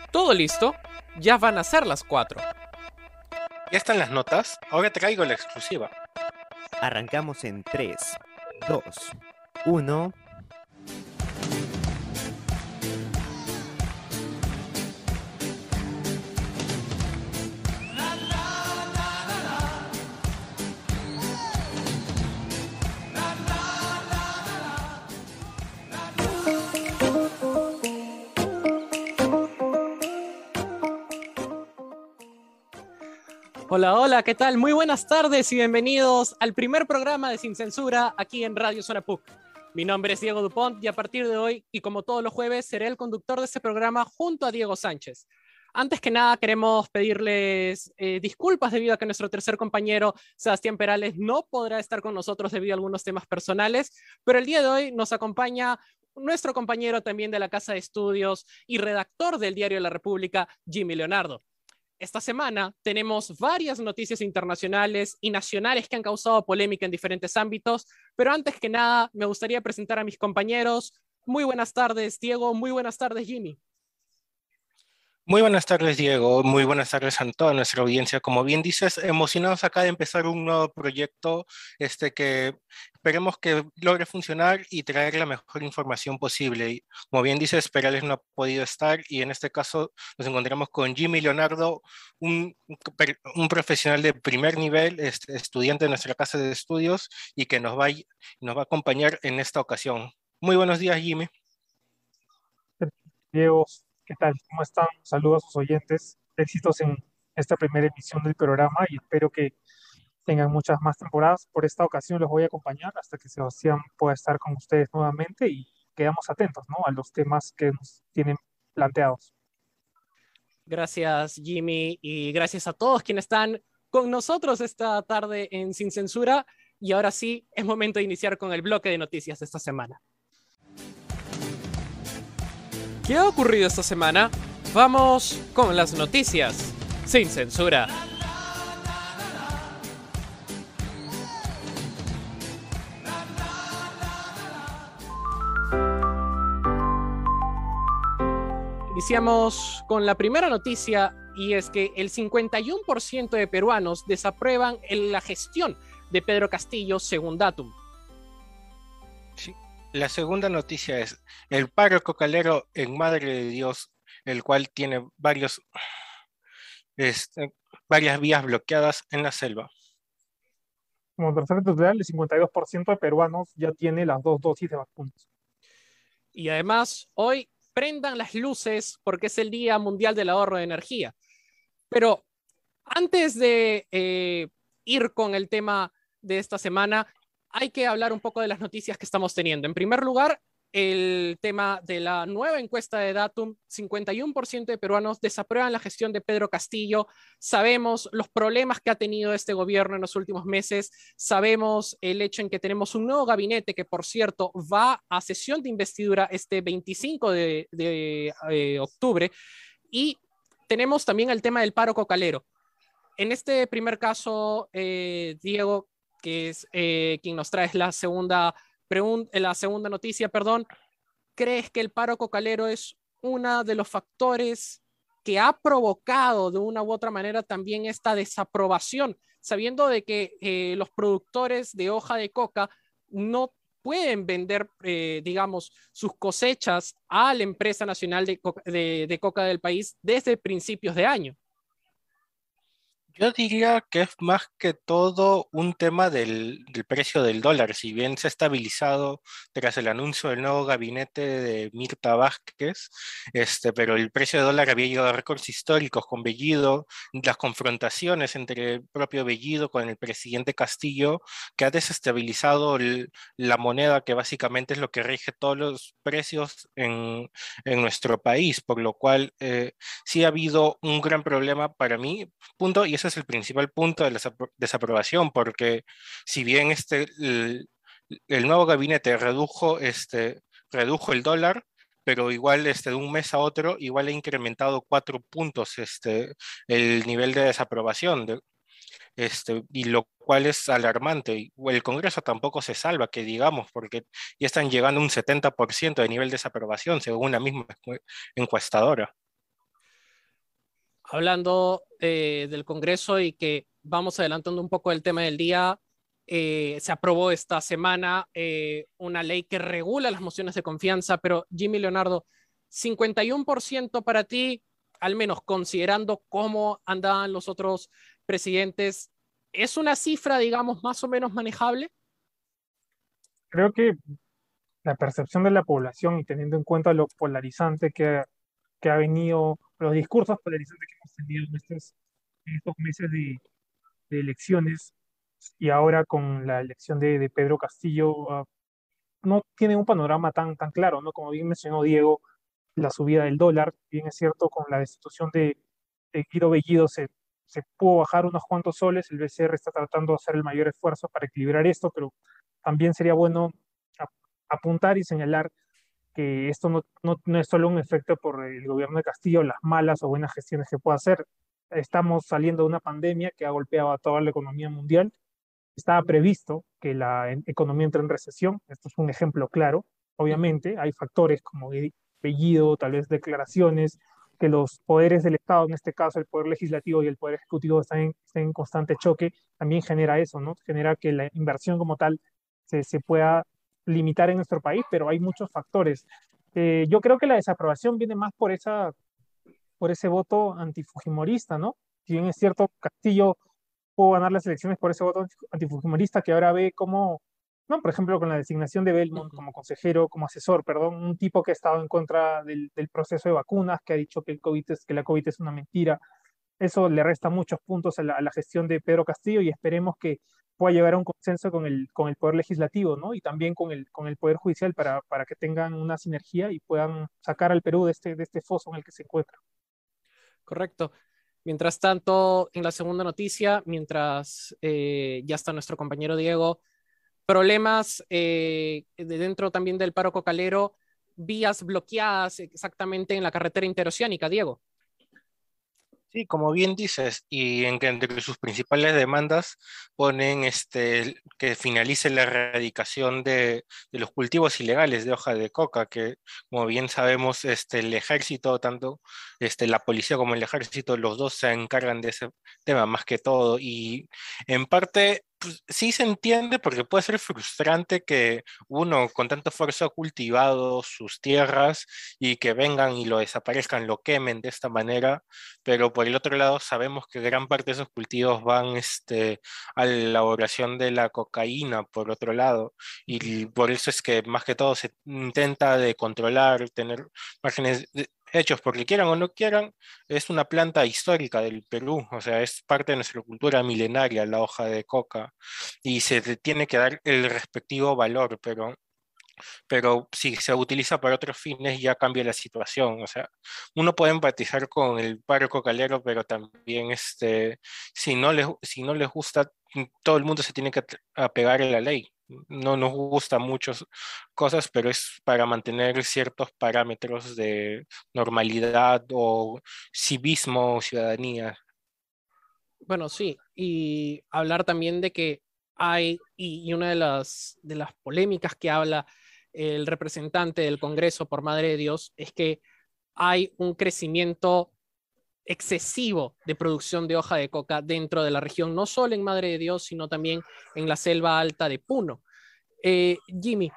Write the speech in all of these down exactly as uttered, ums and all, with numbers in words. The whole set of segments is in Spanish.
Todo listo, ya van a ser las cuatro. Ya están las notas, ahora traigo la exclusiva. Arrancamos en tres, dos, uno. Hola, hola, ¿qué tal? Muy buenas tardes y bienvenidos al primer programa de Sin Censura aquí en Radio Zona P U C. Mi nombre es Diego Dupont y a partir de hoy, y como todos los jueves, seré el conductor de este programa junto a Diego Sánchez. Antes que nada, queremos pedirles eh, disculpas debido a que nuestro tercer compañero, Sebastián Perales, no podrá estar con nosotros debido a algunos temas personales, pero el día de hoy nos acompaña nuestro compañero también de la Casa de Estudios y redactor del Diario de la República, Jimmy Leonardo. Esta semana tenemos varias noticias internacionales y nacionales que han causado polémica en diferentes ámbitos, pero antes que nada me gustaría presentar a mis compañeros. Muy buenas tardes, Diego. Muy buenas tardes, Jimmy. Muy buenas tardes, Diego. Muy buenas tardes a toda nuestra audiencia. Como bien dices, emocionados acá de empezar un nuevo proyecto este, que esperemos que logre funcionar y traer la mejor información posible. Y como bien dices, Perales no ha podido estar y en este caso nos encontramos con Jimmy Leonardo, un, un profesional de primer nivel, este, estudiante de nuestra casa de estudios y que nos va, nos va a acompañar en esta ocasión. Muy buenos días, Jimmy. Diego, ¿qué tal? ¿Cómo están? Saludos a sus oyentes. Éxitos en esta primera emisión del programa y espero que tengan muchas más temporadas. Por esta ocasión los voy a acompañar hasta que Sebastián pueda estar con ustedes nuevamente y quedamos atentos, ¿no?, a los temas que nos tienen planteados. Gracias, Jimmy, y gracias a todos quienes están con nosotros esta tarde en Sin Censura. Y ahora sí, es momento de iniciar con el bloque de noticias de esta semana. ¿Qué ha ocurrido esta semana? Vamos con las noticias sin censura. Iniciamos con la primera noticia y es que el cincuenta y uno por ciento de peruanos desaprueban la gestión de Pedro Castillo según Datum. Sí. La segunda noticia es el paro cocalero en Madre de Dios, el cual tiene varios, este, varias vías bloqueadas en la selva. Como tercer titular, el cincuenta y dos por ciento de peruanos ya tiene las dos dosis de vacunas. Y además, hoy prendan las luces porque es el Día Mundial del Ahorro de Energía. Pero antes de eh, ir con el tema de esta semana, hay que hablar un poco de las noticias que estamos teniendo. En primer lugar, el tema de la nueva encuesta de Datum. cincuenta y uno por ciento de peruanos desaprueban la gestión de Pedro Castillo. Sabemos los problemas que ha tenido este gobierno en los últimos meses. Sabemos el hecho en que tenemos un nuevo gabinete que, por cierto, va a sesión de investidura este veinticinco de, de eh, octubre. Y tenemos también el tema del paro cocalero. En este primer caso, eh, Diego, que es eh, quien nos trae la segunda, la segunda noticia, perdón, ¿crees que el paro cocalero es uno de los factores que ha provocado de una u otra manera también esta desaprobación, sabiendo de que eh, los productores de hoja de coca no pueden vender, eh, digamos, sus cosechas a la empresa nacional de, co de, de coca del país desde principios de año? Yo diría que es más que todo un tema del, del precio del dólar, si bien se ha estabilizado tras el anuncio del nuevo gabinete de Mirta Vázquez, este, pero el precio del dólar había llegado a récords históricos con Bellido, las confrontaciones entre el propio Bellido con el presidente Castillo, que ha desestabilizado el, la moneda, que básicamente es lo que rige todos los precios en, en nuestro país, por lo cual eh, sí ha habido un gran problema para mí, punto, y ese es el principal punto de la desaprobación, porque si bien este, el, el nuevo gabinete redujo, este, redujo el dólar, pero igual este, de un mes a otro, igual ha incrementado cuatro puntos este, el nivel de desaprobación, de, este, y lo cual es alarmante. El Congreso tampoco se salva, que digamos, porque ya están llegando a un setenta por ciento de nivel de desaprobación, según la misma encuestadora. hablando eh, del Congreso y que vamos adelantando un poco el tema del día, eh, se aprobó esta semana eh, una ley que regula las mociones de confianza, pero Jimmy Leonardo, cincuenta y uno por ciento para ti, al menos considerando cómo andaban los otros presidentes, ¿es una cifra, digamos, más o menos manejable? Creo que la percepción de la población y teniendo en cuenta lo polarizante que, que ha venido, los discursos polarizantes que hemos tenido en estos, en estos meses de, de elecciones y ahora con la elección de, de Pedro Castillo, ah, no tiene un panorama tan, tan claro, ¿no? Como bien mencionó Diego, la subida del dólar, bien es cierto, con la destitución de, de Guido Bellido se, se pudo bajar unos cuantos soles, el B C R está tratando de hacer el mayor esfuerzo para equilibrar esto, pero también sería bueno a- apuntar y señalar que esto no, no, no es solo un efecto por el gobierno de Castillo, las malas o buenas gestiones que pueda hacer. Estamos saliendo de una pandemia que ha golpeado a toda la economía mundial. Estaba previsto que la en- economía entre en recesión. Esto es un ejemplo claro. Ujú. Obviamente, hay factores como el apellido, tal vez declaraciones, que los poderes del Estado, en este caso el poder legislativo y el poder ejecutivo, están en, estén en constante choque. También genera eso, ¿no? Genera que la inversión como tal se, se pueda limitar en nuestro país, pero hay muchos factores. Eh, yo creo que la desaprobación viene más por esa, por ese voto antifujimorista, ¿no? Si bien es cierto, Castillo pudo ganar las elecciones por ese voto antifujimorista que ahora ve como, no, por ejemplo, con la designación de Belmont Ujú. como consejero, como asesor, perdón, un tipo que ha estado en contra del, del proceso de vacunas, que ha dicho que, el COVID es, que la COVID es una mentira. Eso le resta muchos puntos a la, a la gestión de Pedro Castillo y esperemos que pueda llegar a un consenso con el, con el Poder Legislativo, ¿no? Y también con el, con el Poder Judicial para, para que tengan una sinergia y puedan sacar al Perú de este, de este foso en el que se encuentra. Correcto. Mientras tanto, en la segunda noticia, mientras eh, ya está nuestro compañero Diego, problemas eh, de dentro también del paro cocalero, vías bloqueadas exactamente en la carretera interoceánica, Diego. Sí, como bien dices, y en que entre sus principales demandas ponen este, que finalice la erradicación de, de los cultivos ilegales de hoja de coca, que como bien sabemos, este, el ejército, tanto este, la policía como el ejército, los dos se encargan de ese tema más que todo, y en parte pues, sí se entiende porque puede ser frustrante que uno con tanto esfuerzo ha cultivado sus tierras y que vengan y lo desaparezcan, lo quemen de esta manera, pero por el otro lado sabemos que gran parte de esos cultivos van este, a la elaboración de la cocaína, por otro lado, y por eso es que más que todo se intenta de controlar, tener márgenes de- hechos, porque quieran o no quieran, es una planta histórica del Perú, o sea, es parte de nuestra cultura milenaria, la hoja de coca, y se le tiene que dar el respectivo valor, pero pero si se utiliza para otros fines ya cambia la situación. O sea, uno puede empatizar con el paro cocalero, pero también este, si no les, si no les gusta, todo el mundo se tiene que at- apegar a la ley. No nos gustan muchas cosas, pero es para mantener ciertos parámetros de normalidad o civismo o ciudadanía. Bueno, sí, y hablar también de que hay, y, y una de las, de las polémicas que habla el representante del Congreso por Madre de Dios es que hay un crecimiento excesivo de producción de hoja de coca dentro de la región, no solo en Madre de Dios, sino también en la selva alta de Puno. Eh, Jimmy,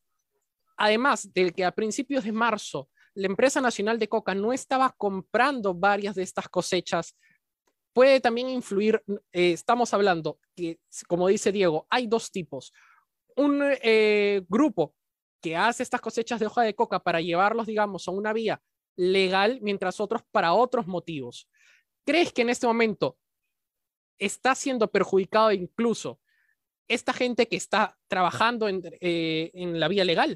además de que a principios de marzo la empresa nacional de coca no estaba comprando varias de estas cosechas, puede también influir, eh, estamos hablando que, como dice Diego, hay dos tipos. Un eh, grupo que hace estas cosechas de hoja de coca para llevarlos, digamos, a una vía legal, mientras otros para otros motivos. ¿Crees que en este momento está siendo perjudicado incluso esta gente que está trabajando en, eh, en la vía legal?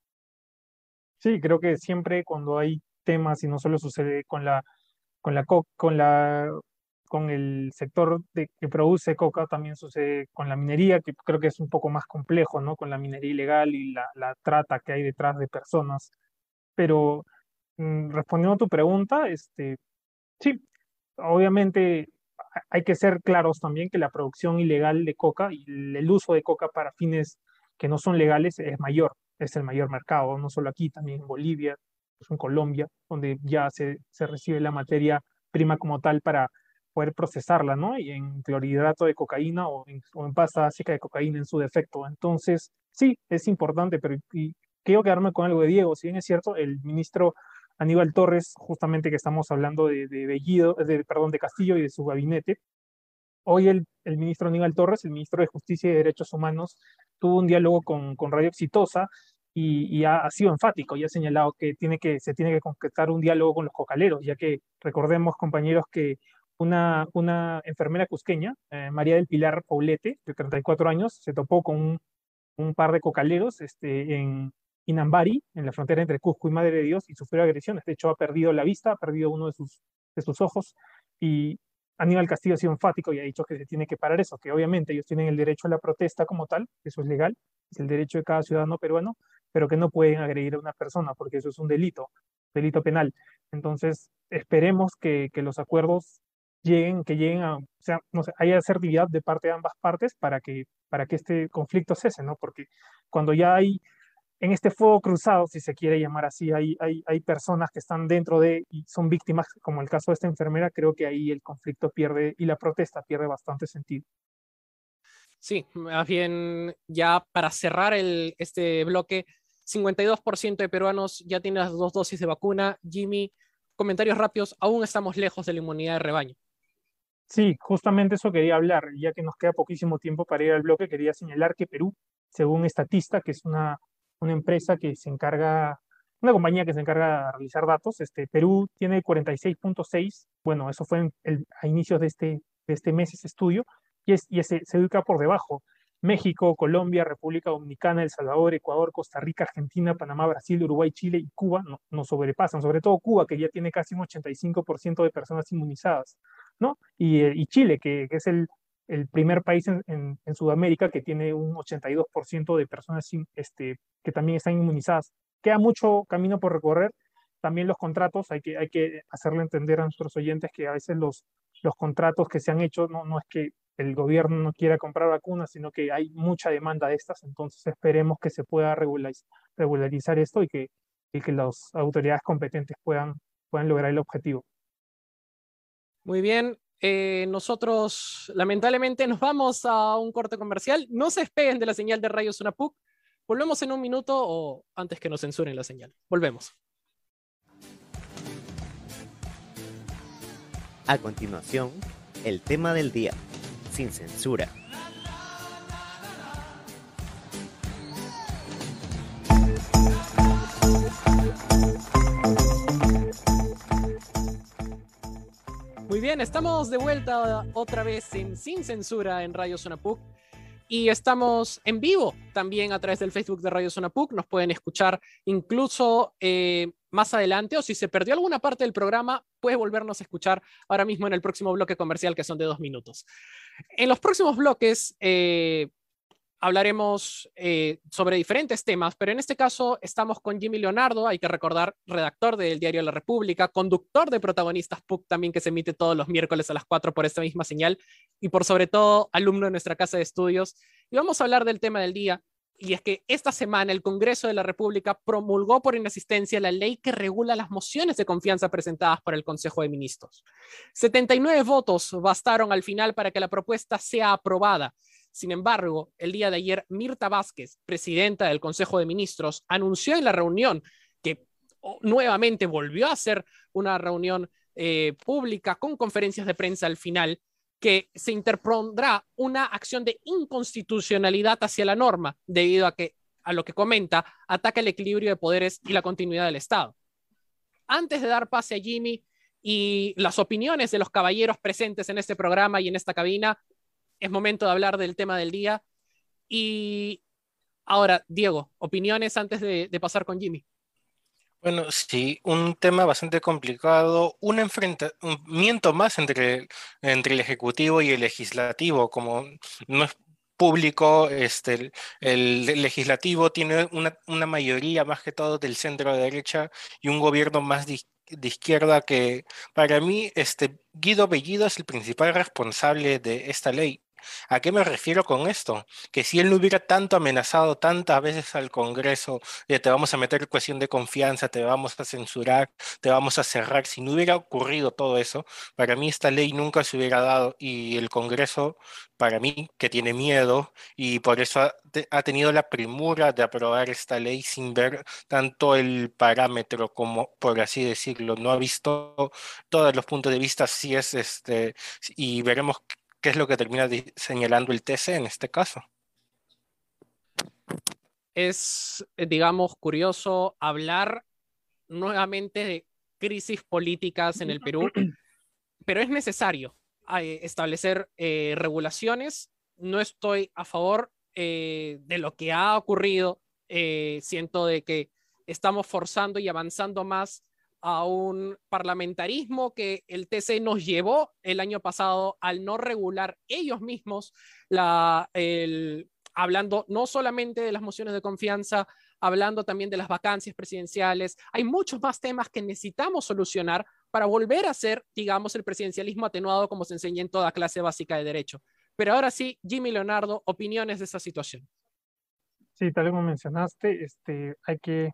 Sí, creo que siempre cuando hay temas, y no solo sucede con la, con la, co- con la, con el sector de, que produce coca, también sucede con la minería, que creo que es un poco más complejo, ¿no? Con la minería ilegal y la, la trata que hay detrás de personas. Pero mm, respondiendo a tu pregunta, este, sí, obviamente a- hay que ser claros también que la producción ilegal de coca y el el uso de coca para fines que no son legales es mayor, es el mayor mercado, no solo aquí, también en Bolivia, pues en Colombia, donde ya se, se recibe la materia prima como tal para poder procesarla, ¿no? Y en clorhidrato de cocaína o en, o en pasta básica de cocaína en su defecto. Entonces, sí, es importante, pero y quiero quedarme con algo de Diego. Si bien es cierto, el ministro Aníbal Torres, justamente que estamos hablando de, de Bellido, de, perdón, de Castillo y de su gabinete, hoy el, el ministro Aníbal Torres, el ministro de Justicia y Derechos Humanos, tuvo un diálogo con, con Radio Exitosa y, y ha, ha sido enfático y ha señalado que, tiene que se tiene que concretar un diálogo con los cocaleros, ya que recordemos, compañeros, que una, una enfermera cusqueña, eh, María del Pilar Paulete, de treinta y cuatro años, se topó con un, un par de cocaleros este, en Inambari, en la frontera entre Cusco y Madre de Dios, y sufrió agresiones. De hecho, ha perdido la vista, ha perdido uno de sus, de sus ojos, y Aníbal Castillo ha sido enfático y ha dicho que se tiene que parar eso, que obviamente ellos tienen el derecho a la protesta como tal, eso es legal, es el derecho de cada ciudadano peruano, pero que no pueden agredir a una persona, porque eso es un delito, delito penal. Entonces, esperemos que, que los acuerdos lleguen, que lleguen a, o sea, no sé, haya asertividad de parte de ambas partes para que, para que este conflicto cese, ¿no? Porque cuando ya hay, en este fuego cruzado, si se quiere llamar así, hay, hay, hay personas que están dentro de y son víctimas, como el caso de esta enfermera, creo que ahí el conflicto pierde y la protesta pierde bastante sentido. Sí, más bien ya para cerrar el, este bloque, cincuenta y dos por ciento de peruanos ya tienen las dos dosis de vacuna. Jimmy, comentarios rápidos, aún estamos lejos de la inmunidad de rebaño. Sí, justamente eso quería hablar, ya que nos queda poquísimo tiempo para ir al bloque, quería señalar que Perú, según Statista, que es una, una empresa que se encarga, una compañía que se encarga de realizar datos, este, Perú tiene cuarenta y seis punto seis, bueno, eso fue en el, a inicios de este, de este mes ese estudio, y, es, y ese, se ubica por debajo. México, Colombia, República Dominicana, El Salvador, Ecuador, Costa Rica, Argentina, Panamá, Brasil, Uruguay, Chile y Cuba nos no sobrepasan, sobre todo Cuba, que ya tiene casi un ochenta y cinco por ciento de personas inmunizadas, ¿no? Y, y Chile, que, que es el, el primer país en, en, en, Sudamérica que tiene un ochenta y dos por ciento de personas este, que también están inmunizadas. Queda mucho camino por recorrer. También los contratos, hay que, hay que hacerle entender a nuestros oyentes que a veces los, los contratos que se han hecho no, no es que el gobierno no quiera comprar vacunas, sino que hay mucha demanda de estas, entonces esperemos que se pueda regulariz regularizar esto y que, y que las autoridades competentes puedan, puedan lograr el objetivo. Muy bien, eh, nosotros lamentablemente nos vamos a un corte comercial. No se despeguen de la señal de Radio Sunapuc. Volvemos en un minuto o antes que nos censuren la señal. Volvemos. A continuación, el tema del día, sin censura. Muy bien, estamos de vuelta otra vez en Sin Censura en Radio Sunapuc y estamos en vivo también a través del Facebook de Radio Sunapuc. Nos pueden escuchar incluso eh, más adelante, o si se perdió alguna parte del programa, puede volvernos a escuchar ahora mismo en el próximo bloque comercial, que son de dos minutos. En los próximos bloques eh, hablaremos eh, sobre diferentes temas, pero en este caso estamos con Jimmy Leonardo, hay que recordar, redactor del diario La República, conductor de Protagonistas P U C también, que se emite todos los miércoles a las cuatro por esta misma señal, y por sobre todo alumno de nuestra casa de estudios. Y vamos a hablar del tema del día, y es que esta semana el Congreso de la República promulgó por inasistencia la ley que regula las mociones de confianza presentadas por el Consejo de Ministros. setenta y nueve votos bastaron al final para que la propuesta sea aprobada. Sin embargo, el día de ayer, Mirta Vázquez, presidenta del Consejo de Ministros, anunció en la reunión que oh, nuevamente volvió a hacer una reunión eh, pública con conferencias de prensa al final, que se interpondrá una acción de inconstitucionalidad hacia la norma, debido a que, a lo que comenta, ataca el equilibrio de poderes y la continuidad del Estado. Antes de dar pase a Jimmy y las opiniones de los caballeros presentes en este programa y en esta cabina, es momento de hablar del tema del día. Y ahora, Diego, opiniones antes de, de pasar con Jimmy. Bueno, sí, un tema bastante complicado, un enfrentamiento más entre, entre el Ejecutivo y el Legislativo, como no es público, este, el, el Legislativo tiene una, una mayoría más que todo del centro derecha y un gobierno más de, de izquierda que para mí este, Guido Bellido es el principal responsable de esta ley. ¿A qué me refiero con esto? Que si él no hubiera tanto amenazado tantas veces al Congreso de te vamos a meter cuestión de confianza, te vamos a censurar, te vamos a cerrar, si no hubiera ocurrido todo eso, para mí esta ley nunca se hubiera dado y el Congreso, para mí, que tiene miedo y por eso ha, te- ha tenido la premura de aprobar esta ley sin ver tanto el parámetro como, por así decirlo, no ha visto todos los puntos de vista, si es este, y veremos qué es lo que termina di- señalando el T C en este caso. Es, eh, digamos, curioso hablar nuevamente de crisis políticas en el Perú, pero es necesario eh, establecer eh, regulaciones. No estoy a favor eh, de lo que ha ocurrido. Eh, siento de que estamos forzando y avanzando más a un parlamentarismo que el T C nos llevó el año pasado al no regular ellos mismos, la, el, hablando no solamente de las mociones de confianza, hablando también de las vacancias presidenciales. Hay muchos más temas que necesitamos solucionar para volver a ser, digamos, el presidencialismo atenuado como se enseña en toda clase básica de derecho. Pero ahora sí, Jimmy Leonardo, opiniones de esa situación. Sí, tal como mencionaste, este, hay que,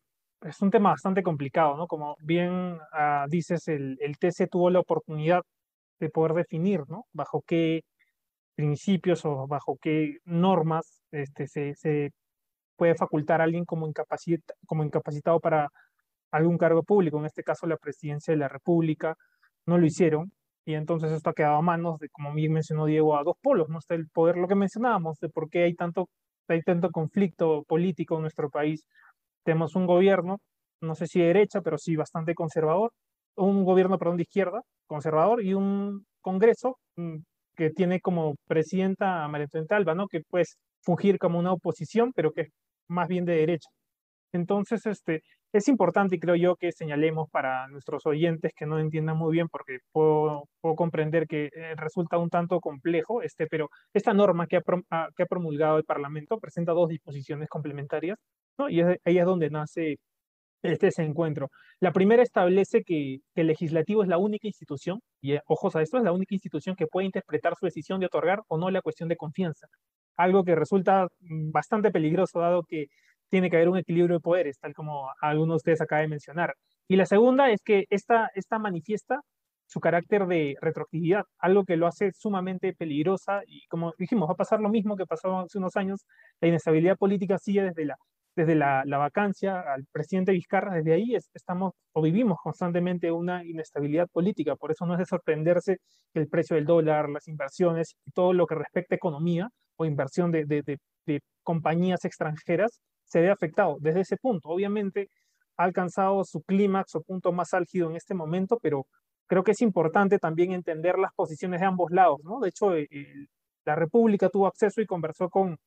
es un tema bastante complicado, ¿no? Como bien ah, dices, el, el T C tuvo la oportunidad de poder definir, ¿no? Bajo qué principios o bajo qué normas este, se, se puede facultar a alguien como, incapacita, como incapacitado para algún cargo público, en este caso la presidencia de la República. No lo hicieron, y entonces esto ha quedado a manos de, como bien mencionó Diego, a dos polos, ¿no? Está el poder, lo que mencionábamos, de por qué hay tanto, hay tanto conflicto político en nuestro país. Tenemos un gobierno, no sé si de derecha, pero sí bastante conservador, un gobierno, perdón, de izquierda, conservador, y un Congreso mm, que tiene como presidenta a María Antonieta Alba, ¿no? Que puede fungir como una oposición, pero que es más bien de derecha. Entonces, este, es importante, creo yo, que señalemos para nuestros oyentes que no entiendan muy bien, porque puedo, puedo comprender que eh, resulta un tanto complejo, este, pero esta norma que ha, prom- ah, que ha promulgado el Parlamento presenta dos disposiciones complementarias, ¿no? Y es- ahí es donde nace este encuentro. La primera establece que, que el legislativo es la única institución, y eh, ojos a esto, es la única institución que puede interpretar su decisión de otorgar o no la cuestión de confianza. Algo que resulta mm, bastante peligroso, dado que tiene que haber un equilibrio de poderes, tal como algunos de ustedes acaba de mencionar. Y la segunda es que esta, esta manifiesta su carácter de retroactividad, algo que lo hace sumamente peligrosa y como dijimos, va a pasar lo mismo que pasó hace unos años, la inestabilidad política sigue desde la desde la, la vacancia al presidente Vizcarra, desde ahí es- estamos o vivimos constantemente una inestabilidad política. Por eso no es de sorprenderse que el precio del dólar, las inversiones y todo lo que respecta a economía o inversión de, de, de, de compañías extranjeras se ve afectado desde ese punto. Obviamente ha alcanzado su clímax o punto más álgido en este momento, pero creo que es importante también entender las posiciones de ambos lados, ¿no? De hecho, eh, el- la República tuvo acceso y conversó con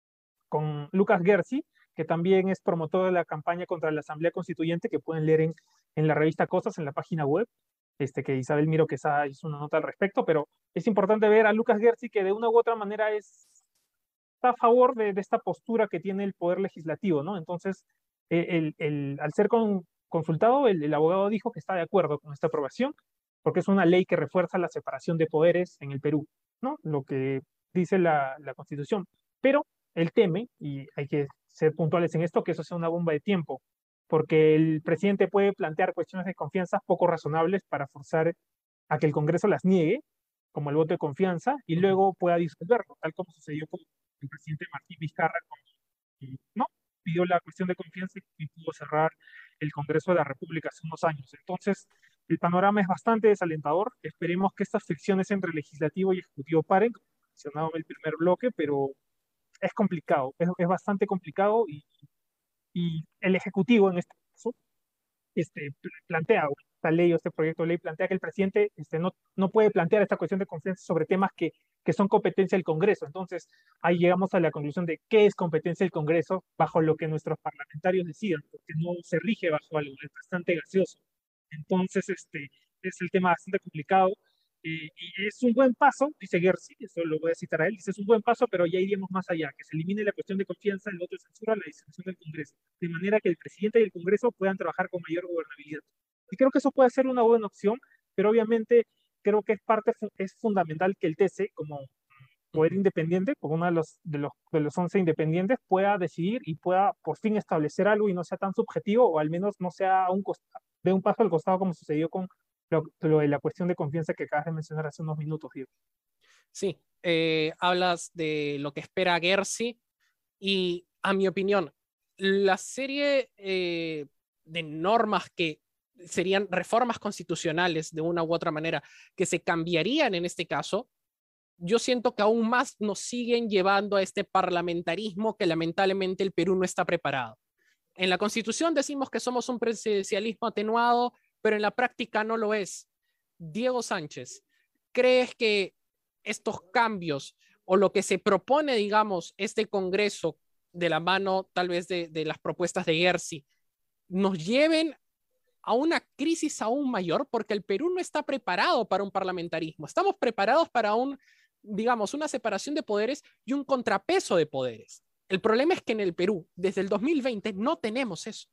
con Lucas Gersi, que también es promotor de la campaña contra la Asamblea Constituyente, que pueden leer en, en la revista Cosas, en la página web, este, que Isabel Miro Quesada hizo una nota al respecto, pero es importante ver a Lucas Gersi que de una u otra manera es, está a favor de, de esta postura que tiene el Poder Legislativo, ¿no? Entonces, eh, el, el, al ser con, consultado, el, el abogado dijo que está de acuerdo con esta aprobación, porque es una ley que refuerza la separación de poderes en el Perú, ¿no? Lo que dice la, la Constitución. Pero él teme, y hay que ser puntuales en esto, que eso sea una bomba de tiempo, porque el presidente puede plantear cuestiones de confianza poco razonables para forzar a que el Congreso las niegue, como el voto de confianza, y luego pueda disolverlo, tal como sucedió con el presidente Martín Vizcarra, cuando, ¿no? Pidió la cuestión de confianza y pudo cerrar el Congreso de la República hace unos años. Entonces, el panorama es bastante desalentador. Esperemos que estas fricciones entre legislativo y ejecutivo paren, como mencionaba en el primer bloque, pero es complicado, es, es bastante complicado y, y el Ejecutivo en este caso este, plantea, esta ley o este proyecto de ley plantea que el presidente este, no, no puede plantear esta cuestión de confianza sobre temas que, que son competencia del Congreso. Entonces, ahí llegamos a la conclusión de qué es competencia del Congreso bajo lo que nuestros parlamentarios decidan, porque no se rige bajo algo, es bastante gaseoso. Entonces, este, es el tema bastante complicado. Eh, y es un buen paso, dice Gersi, eso lo voy a citar a él, dice es un buen paso, pero ya iríamos más allá, que se elimine la cuestión de confianza, el voto de censura, la disolución del Congreso, de manera que el presidente y el Congreso puedan trabajar con mayor gobernabilidad. Y creo que eso puede ser una buena opción, pero obviamente creo que es parte, fu- es fundamental que el T C, como poder Ujú. independiente, por uno de los, de los, de los once independientes, pueda decidir y pueda por fin establecer algo y no sea tan subjetivo, o al menos no sea un costa- de un paso al costado como sucedió con lo, lo de la cuestión de confianza que acabas de mencionar hace unos minutos, Diego. Sí, eh, hablas de lo que espera Gersi y, a mi opinión, la serie eh, de normas que serían reformas constitucionales de una u otra manera que se cambiarían en este caso, yo siento que aún más nos siguen llevando a este parlamentarismo que lamentablemente el Perú no está preparado. En la Constitución decimos que somos un presidencialismo atenuado, pero en la práctica no lo es. Diego Sánchez, ¿crees que estos cambios o lo que se propone, digamos, este Congreso de la mano tal vez de, de las propuestas de Gersi, nos lleven a una crisis aún mayor? Porque el Perú no está preparado para un parlamentarismo. Estamos preparados para un, digamos, una separación de poderes y un contrapeso de poderes. El problema es que en el Perú, desde el dos mil veinte, no tenemos eso.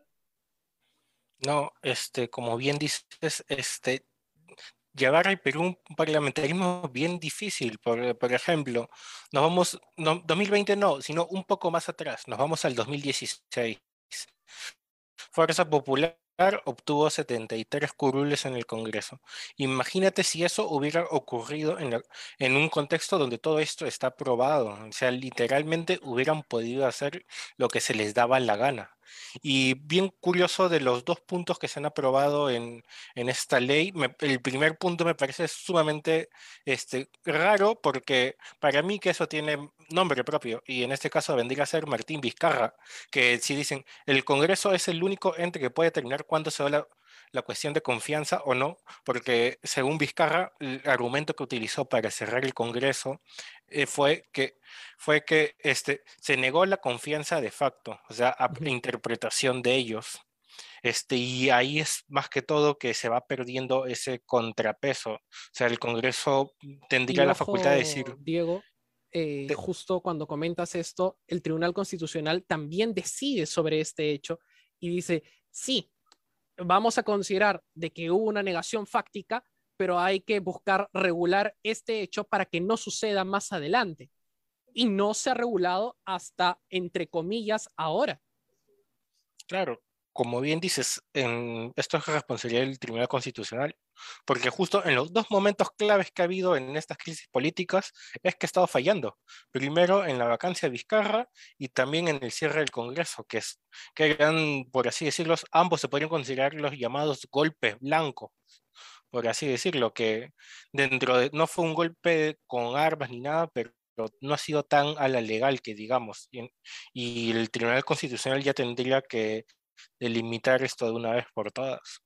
No, este, como bien dices, este, llevar al Perú un parlamentarismo bien difícil. Por, por ejemplo, nos vamos, no, dos mil veinte no, sino un poco más atrás, nos vamos al dos mil dieciséis. Fuerza Popular obtuvo setenta y tres curules en el Congreso. Imagínate si eso hubiera ocurrido en, la- en un contexto donde todo esto está aprobado. O sea, literalmente hubieran podido hacer lo que se les daba la gana. Y bien curioso de los dos puntos que se han aprobado en, en esta ley, me- el primer punto me parece sumamente este, raro porque para mí que eso tiene nombre propio y en este caso vendría a ser Martín Vizcarra, que si dicen el Congreso es el único ente que puede determinar cuándo se da la, la cuestión de confianza o no, porque según Vizcarra, el argumento que utilizó para cerrar el Congreso eh, fue que, fue que este, se negó la confianza de facto, o sea, a Ujú. interpretación de ellos. Este, y ahí es más que todo que se va perdiendo ese contrapeso. O sea, el Congreso Y tendría la facultad de ojo, decir, Diego, eh, te- justo cuando comentas esto, el Tribunal Constitucional también decide sobre este hecho y dice, sí, vamos a considerar de que hubo una negación fáctica, pero hay que buscar regular este hecho para que no suceda más adelante. Y no se ha regulado hasta, entre comillas, ahora. claro, como bien dices, en, esto es responsabilidad del Tribunal Constitucional, porque justo en los dos momentos claves que ha habido en estas crisis políticas es que ha estado fallando. Primero en la vacancia de Vizcarra y también en el cierre del Congreso, que es que eran, por así decirlo, ambos se podrían considerar los llamados golpes blancos, por así decirlo, que dentro de, no fue un golpe con armas ni nada, pero no ha sido tan a la legal que digamos, y, y el Tribunal Constitucional ya tendría que delimitar esto de una vez por todas.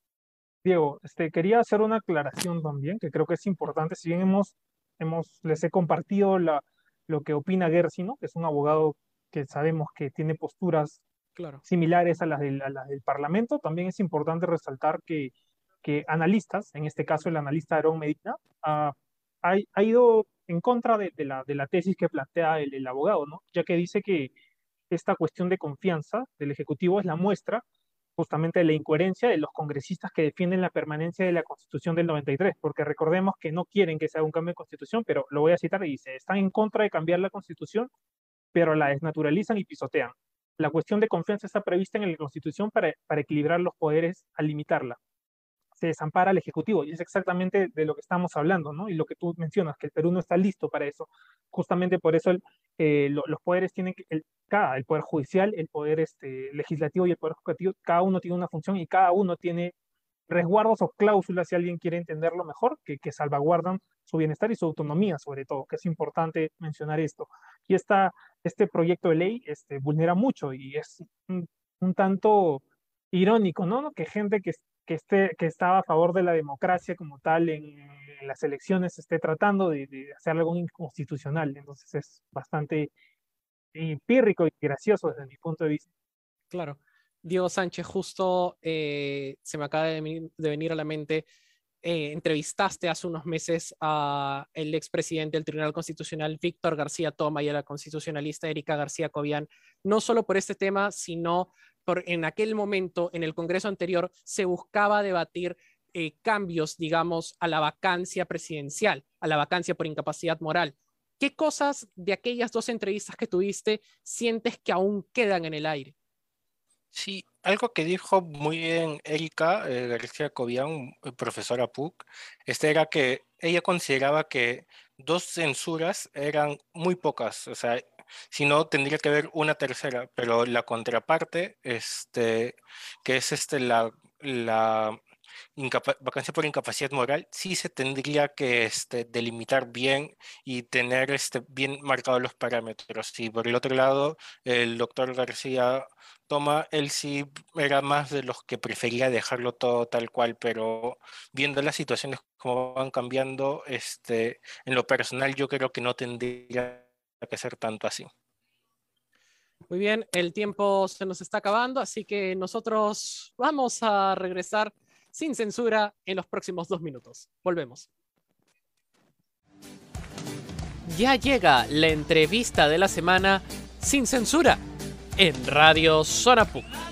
Diego, este, quería hacer una aclaración también, que creo que es importante. Si bien hemos, hemos, les he compartido la, lo que opina Gersi, ¿no? Que es un abogado que sabemos que tiene posturas Claro. similares a las del, a las del Parlamento, también es importante resaltar que, que analistas, en este caso el analista Aarón Medina, ha, ha- ha ido en contra de, de la, de la tesis que plantea el, el abogado, ¿no? Ya que dice que esta cuestión de confianza del Ejecutivo es la muestra justamente de la incoherencia de los congresistas que defienden la permanencia de la Constitución del noventa y tres, porque recordemos que no quieren que se haga un cambio de Constitución, pero lo voy a citar y dice, están en contra de cambiar la Constitución, pero la desnaturalizan y pisotean. La cuestión de confianza está prevista en la Constitución para, para equilibrar los poderes al limitarla. Se desampara al Ejecutivo y es exactamente de lo que estamos hablando, ¿no? Y lo que tú mencionas, que el Perú no está listo para eso. Justamente por eso el, eh, lo, los poderes tienen que, el, cada, el Poder Judicial, el Poder este, Legislativo y el Poder Ejecutivo, cada uno tiene una función y cada uno tiene resguardos o cláusulas, si alguien quiere entenderlo mejor, que, que salvaguardan su bienestar y su autonomía, sobre todo, que es importante mencionar esto. Y esta, este proyecto de ley este, vulnera mucho y es un, un tanto irónico, ¿no? Que gente que, que, esté, que estaba a favor de la democracia como tal en, en las elecciones esté tratando de, de, hacer algo inconstitucional. Entonces es bastante empírico y gracioso desde mi punto de vista. Claro. Diego Sánchez, justo eh, se me acaba de venir, de venir a la mente, eh, entrevistaste hace unos meses a el expresidente del Tribunal Constitucional, Víctor García Toma, y a la constitucionalista Erika García Cobian, no solo por este tema, sino por en aquel momento, en el Congreso anterior, se buscaba debatir eh, cambios, digamos, a la vacancia presidencial, a la vacancia por incapacidad moral. ¿qué cosas de aquellas dos entrevistas que tuviste sientes que aún quedan en el aire? Sí, algo que dijo muy bien Erika eh, García Cobian, eh, profesora P U C, este era que ella consideraba que dos censuras eran muy pocas, o sea, si no tendría que haber una tercera, pero la contraparte, este, que es este la, la incapa- vacancia por incapacidad moral, sí se tendría que este, delimitar bien y tener este, bien marcados los parámetros. Y por el otro lado, el doctor García Toma, él sí era más de los que prefería dejarlo todo tal cual, pero viendo las situaciones como van cambiando, este, en lo personal yo creo que no tendría que ser tanto así. Muy bien, el tiempo se nos está acabando, así que nosotros vamos a regresar sin censura en los próximos dos minutos. Volvemos. Ya llega la entrevista de la semana sin censura en Radio Zona P U C.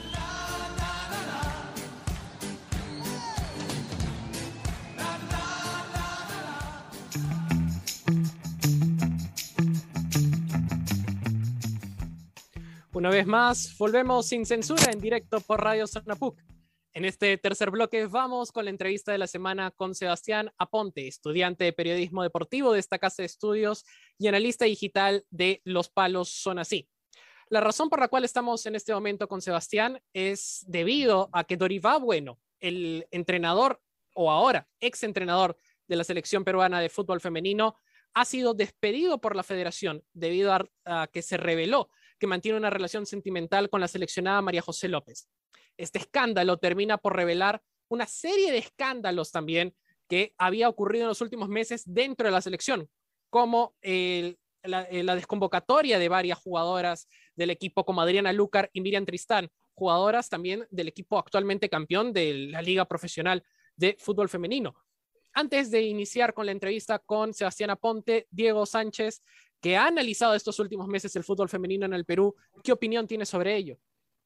Una vez más, volvemos sin censura en directo por Radio Zona P U C. En este tercer bloque vamos con la entrevista de la semana con Sebastián Aponte, estudiante de periodismo deportivo de esta casa de estudios y analista digital de Los Palos Son Así. La razón por la cual estamos en este momento con Sebastián es debido a que Dorival Bueno, el entrenador o ahora ex entrenador de la selección peruana de fútbol femenino, ha sido despedido por la federación debido a, a que se reveló que mantiene una relación sentimental con la seleccionada María José López. Este escándalo termina por revelar una serie de escándalos también que había ocurrido en los últimos meses dentro de la selección, como el, la, la desconvocatoria de varias jugadoras del equipo como Adriana Lucar y Miriam Tristán, jugadoras también del equipo actualmente campeón de la Liga Profesional de Fútbol Femenino. Antes de iniciar con la entrevista con Sebastián Aponte, Diego Sánchez, que ha analizado estos últimos meses el fútbol femenino en el Perú, ¿qué opinión tiene sobre ello?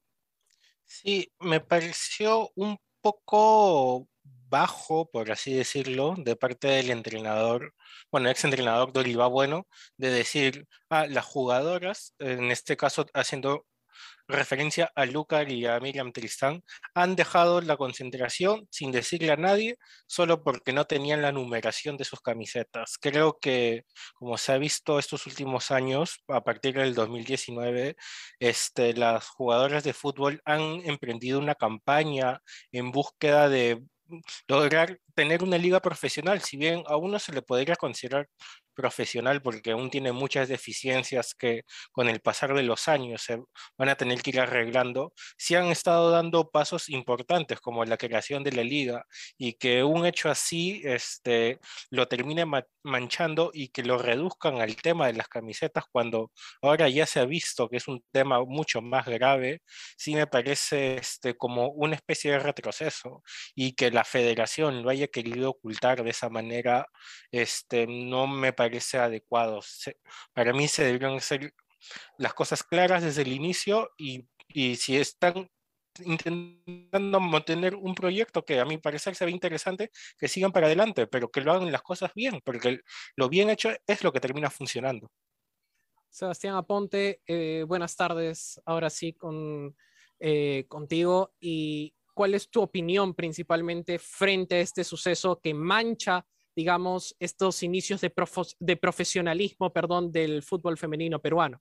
Sí, me pareció un poco bajo, por así decirlo, de parte del entrenador, bueno, ex entrenador Dorival Bueno, de decir, ah, las jugadoras, en este caso haciendo referencia a Lucar y a Miriam Tristán, han dejado la concentración sin decirle a nadie, solo porque no tenían la numeración de sus camisetas. Creo que, como se ha visto estos últimos años, a partir del dos mil diecinueve, este, las jugadoras de fútbol han emprendido una campaña en búsqueda de lograr tener una liga profesional, si bien a uno se le podría considerar profesional porque aún tiene muchas deficiencias que con el pasar de los años se van a tener que ir arreglando, sí han estado dando pasos importantes como la creación de la liga y que un hecho así este, lo termine ma manchando y que lo reduzcan al tema de las camisetas cuando ahora ya se ha visto que es un tema mucho más grave, sí me parece este, como una especie de retroceso y que la federación lo haya querido ocultar de esa manera, este, no me parece adecuado. Se, para mí se deberían hacer las cosas claras desde el inicio y, y si están intentando mantener un proyecto que a mi parecer se ve interesante, que sigan para adelante, pero que lo hagan las cosas bien, porque lo bien hecho es lo que termina funcionando. Sebastián Aponte, eh, buenas tardes, ahora sí con, eh, contigo. ¿Y cuál es tu opinión principalmente frente a este suceso que mancha, digamos, estos inicios de, prof de profesionalismo, perdón, del fútbol femenino peruano?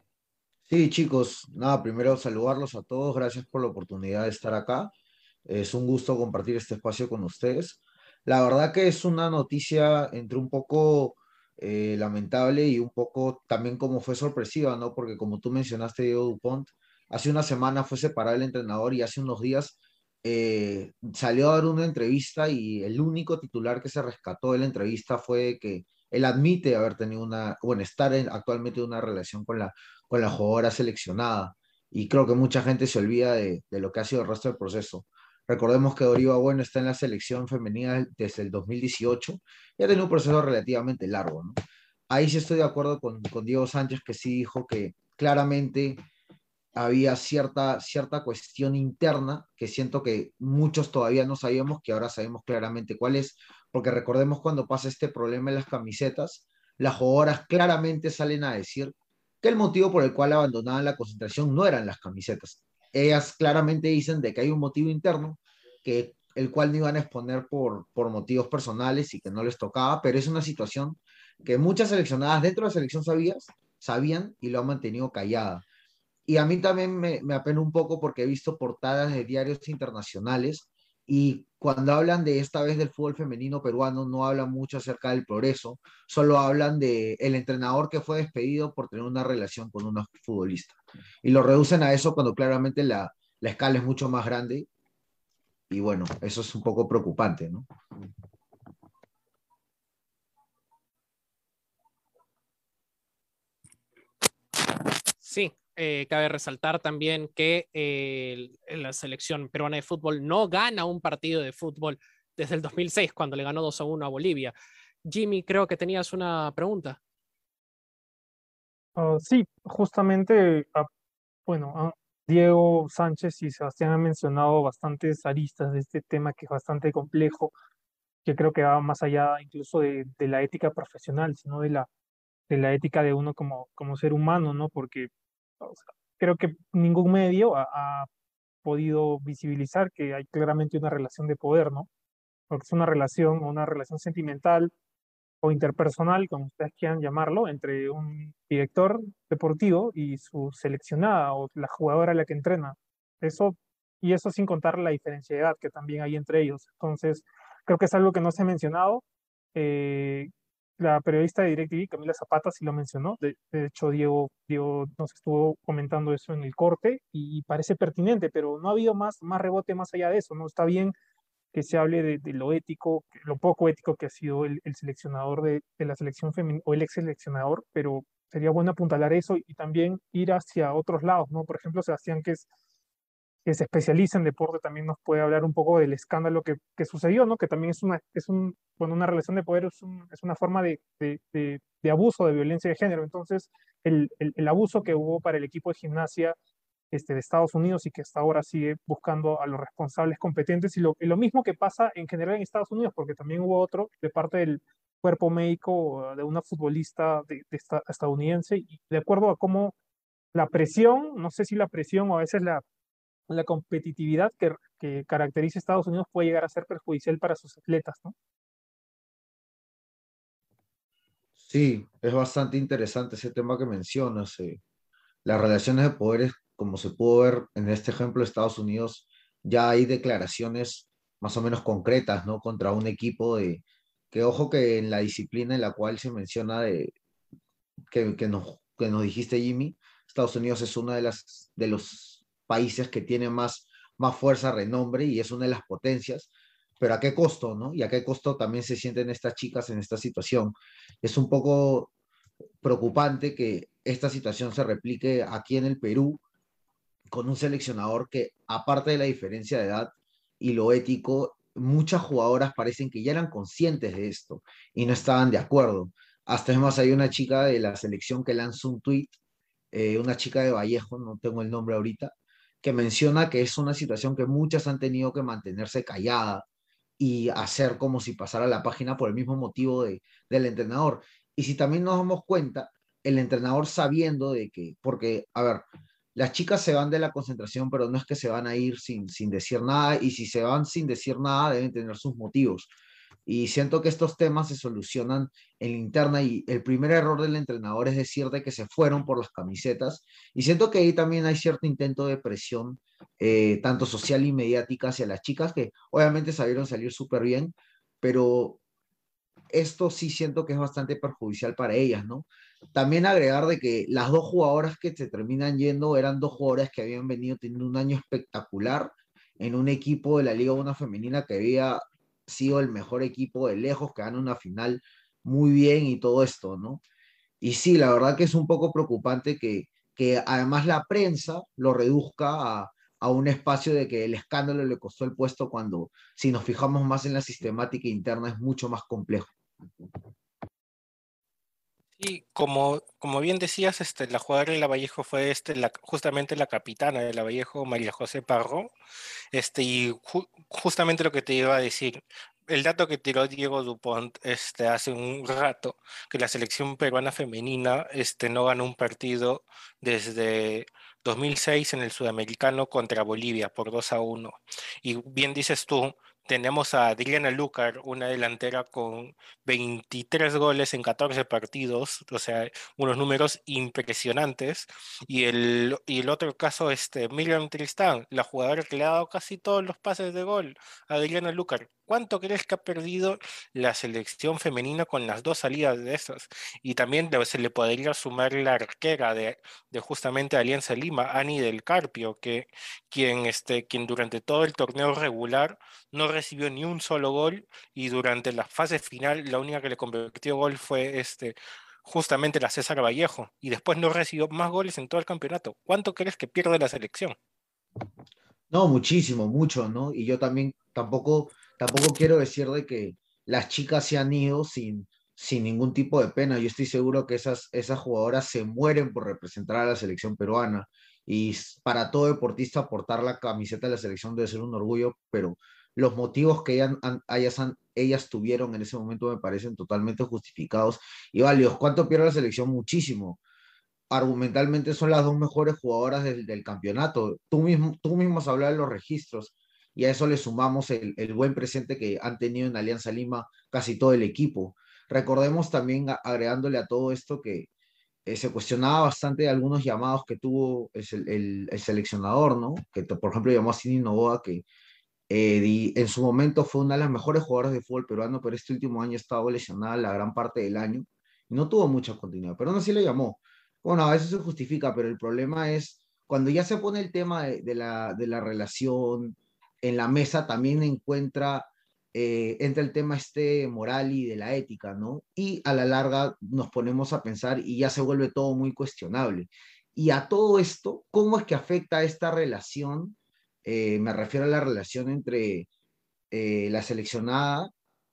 Sí, chicos, nada, primero saludarlos a todos, gracias por la oportunidad de estar acá. Es un gusto compartir este espacio con ustedes. La verdad que es una noticia entre un poco eh, lamentable y un poco también como fue sorpresiva, ¿no? Porque como tú mencionaste, Diego Dupont, hace una semana fue separado el entrenador y hace unos días eh, salió a dar una entrevista y el único titular que se rescató de la entrevista fue que él admite haber tenido una, bueno, estar en, actualmente en una relación con la, con la jugadora seleccionada. Y creo que mucha gente se olvida de, de lo que ha sido el resto del proceso. Recordemos que Doriva Bueno está en la selección femenina desde el dos mil dieciocho y ha tenido un proceso relativamente largo, ¿no? Ahí sí estoy de acuerdo con, con Diego Sánchez, que sí dijo que claramente había cierta, cierta cuestión interna que siento que muchos todavía no sabíamos, que ahora sabemos claramente cuál es, porque recordemos cuando pasa este problema en las camisetas, las jugadoras claramente salen a decir que el motivo por el cual abandonaban la concentración no eran las camisetas. Ellas claramente dicen de que hay un motivo interno, que el cual no iban a exponer por, por motivos personales y que no les tocaba, pero es una situación que muchas seleccionadas dentro de la selección sabías, sabían y lo han mantenido callada. Y a mí también me, me apena un poco porque he visto portadas de diarios internacionales y cuando hablan de esta vez del fútbol femenino peruano no hablan mucho acerca del progreso, solo hablan de el entrenador que fue despedido por tener una relación con una futbolista. Y lo reducen a eso cuando claramente la, la escala es mucho más grande y bueno, eso es un poco preocupante, ¿no? Sí, eh, cabe resaltar también que eh, la selección peruana de fútbol no gana un partido de fútbol desde el dos mil seis, cuando le ganó dos a uno a Bolivia. Jimmy, creo que tenías una pregunta. Ah, sí, justamente, ah, bueno, ah, Diego Sánchez y Sebastián han mencionado bastantes aristas de este tema que es bastante complejo, que creo que va más allá incluso de, de la ética profesional, sino de la, de la ética de uno como, como ser humano, ¿no? Porque o sea, creo que ningún medio ha, ha podido visibilizar que hay claramente una relación de poder, ¿no? Porque es una relación, una relación sentimental o interpersonal, como ustedes quieran llamarlo, entre un director deportivo y su seleccionada o la jugadora a la que entrena. Eso, y eso sin contar la diferencia de edad que también hay entre ellos. Entonces, creo que es algo que no se ha mencionado. Eh, la periodista de DirecTV, Camila Zapata, sí lo mencionó. De, de hecho, Diego, Diego nos estuvo comentando eso en el corte y parece pertinente, pero no ha habido más, más rebote más allá de eso, ¿no? Está bien que se hable de, de lo ético, lo poco ético que ha sido el, el seleccionador de, de, la selección femenina o el ex seleccionador, pero sería bueno apuntalar eso y también ir hacia otros lados, ¿no? Por ejemplo, Sebastián, que, es, que se especializa en deporte, también nos puede hablar un poco del escándalo que, que sucedió, ¿no? Que también es una, es un, bueno, una relación de poder, es, un, es una forma de, de, de, de, abuso, de violencia de género. Entonces, el, el, el abuso que hubo para el equipo de gimnasia este, de Estados Unidos y que hasta ahora sigue buscando a los responsables competentes y lo, y lo mismo que pasa en general en Estados Unidos, porque también hubo otro de parte del cuerpo médico de una futbolista de, de esta, estadounidense y de acuerdo a cómo la presión, no sé si la presión o a veces la, la competitividad que, que caracteriza a Estados Unidos puede llegar a ser perjudicial para sus atletas, ¿no? Sí, es bastante interesante ese tema que mencionas. eh. Las relaciones de poderes, como se pudo ver en este ejemplo de Estados Unidos, ya hay declaraciones más o menos concretas, ¿no? Contra un equipo de, que ojo que en la disciplina en la cual se menciona de, que, que nos, que nos dijiste, Jimmy, Estados Unidos es uno de, las, de los países que tiene más, más fuerza, renombre y es una de las potencias, pero ¿a qué costo, no? Y a qué costo también se sienten estas chicas en esta situación. Es un poco preocupante que esta situación se replique aquí en el Perú con un seleccionador que, aparte de la diferencia de edad y lo ético, muchas jugadoras parecen que ya eran conscientes de esto y no estaban de acuerdo. Hasta es más, hay una chica de la selección que lanzó un tuit, eh, una chica de Vallejo, no tengo el nombre ahorita, que menciona que es una situación que muchas han tenido que mantenerse callada y hacer como si pasara la página por el mismo motivo de, del entrenador. Y si también nos damos cuenta, el entrenador sabiendo de que, porque, a ver, las chicas se van de la concentración, pero no es que se van a ir sin, sin decir nada, y si se van sin decir nada, deben tener sus motivos. Y siento que estos temas se solucionan en la interna y el primer error del entrenador es decir de que se fueron por las camisetas. Y siento que ahí también hay cierto intento de presión, eh, tanto social y mediática hacia las chicas, que obviamente sabieron salir súper bien, pero esto sí siento que es bastante perjudicial para ellas, ¿no? También agregar de que las dos jugadoras que se terminan yendo eran dos jugadoras que habían venido teniendo un año espectacular en un equipo de la Liga uno femenina que había sido el mejor equipo de lejos, que gana una final muy bien y todo esto, ¿no? Y sí, la verdad que es un poco preocupante que, que además la prensa lo reduzca a, a un espacio de que el escándalo le costó el puesto cuando, si nos fijamos más en la sistemática interna, es mucho más complejo. Y como, como bien decías, este, la jugadora de Lavallejo fue este, la, justamente la capitana de Lavallejo, María José Parro, este, y ju- justamente lo que te iba a decir, el dato que tiró Diego Dupont este, hace un rato, que la selección peruana femenina este, no ganó un partido desde dos mil seis en el Sudamericano contra Bolivia por dos a uno. Y bien dices tú, tenemos a Adriana Lucar, una delantera con veintitrés goles en catorce partidos, o sea, unos números impresionantes. Y el, y el otro caso, este, Miriam Tristán, la jugadora que le ha dado casi todos los pases de gol, Adriana Lucar. ¿Cuánto crees que ha perdido la selección femenina con las dos salidas de esas? Y también le- se le podría sumar la arquera de, de justamente Alianza Lima, Ani del Carpio, que quien, este, quien durante todo el torneo regular no recibió ni un solo gol y durante la fase final la única que le convirtió gol fue este, justamente la César Vallejo y después no recibió más goles en todo el campeonato. ¿Cuánto crees que pierde la selección? No, muchísimo, mucho, ¿no? Y yo también tampoco, tampoco quiero decir de que las chicas se han ido sin, sin ningún tipo de pena. Yo estoy seguro que esas, esas jugadoras se mueren por representar a la selección peruana. Y s- para todo deportista portar la camiseta de la selección debe ser un orgullo, pero los motivos que ellas, han- ellas, han- ellas tuvieron en ese momento me parecen totalmente justificados y válidos. ¿Cuánto pierde la selección? Muchísimo. Argumentalmente son las dos mejores jugadoras del, del campeonato. Tú mismo, tú mismo has hablado de los registros y a eso le sumamos el, el buen presente que han tenido en Alianza Lima casi todo el equipo. Recordemos también, a- agregándole a todo esto, que eh, se cuestionaba bastante algunos llamados que tuvo el, el- el seleccionador, ¿no? Que por ejemplo llamó a Cindy Novoa, que eh, di- en su momento fue una de las mejores jugadoras de fútbol peruano, pero este último año ha estado lesionada la gran parte del año y no tuvo mucha continuidad, pero aún así le llamó. Bueno, a veces se justifica, pero el problema es cuando ya se pone el tema de, de la, de la relación en la mesa, también encuentra, eh, entra el tema este moral y de la ética, ¿no? Y a la larga nos ponemos a pensar y ya se vuelve todo muy cuestionable. Y a todo esto, ¿cómo es que afecta esta relación? Eh, me refiero a la relación entre eh, la seleccionada